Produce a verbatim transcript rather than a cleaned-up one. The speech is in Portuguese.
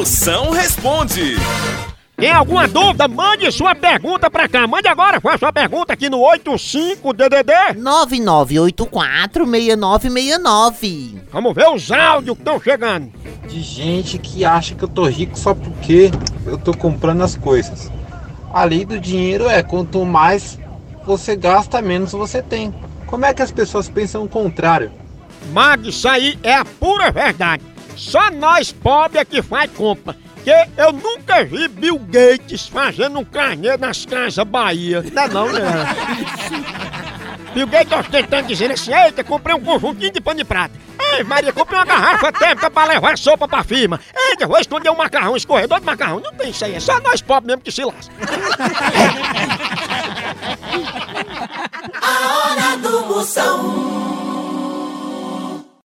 Moção responde. Tem alguma dúvida? Mande sua pergunta pra cá. Mande agora, faça sua pergunta aqui no oito cinco D D D nove nove oito quatro seis nove seis nove. Vamos ver os áudios que estão chegando. De gente que acha que eu tô rico só porque eu tô comprando as coisas. A lei do dinheiro é: quanto mais você gasta, menos você tem. Como é que as pessoas pensam o contrário? Mag, isso aí é a pura verdade. Só nós pobres é que faz compra. Porque eu nunca vi Bill Gates fazendo um carnê nas casas Bahia. Não é não, né? Bill Gates ostentando, dizendo assim: eita, comprei um conjuntinho de pano de prata. Ei, Maria, comprei uma garrafa térmica pra levar sopa pra firma. Eita, vou esconder um macarrão, um escorredor de macarrão. Não tem isso aí, é só nós pobres mesmo que se lasca. A hora do Moção.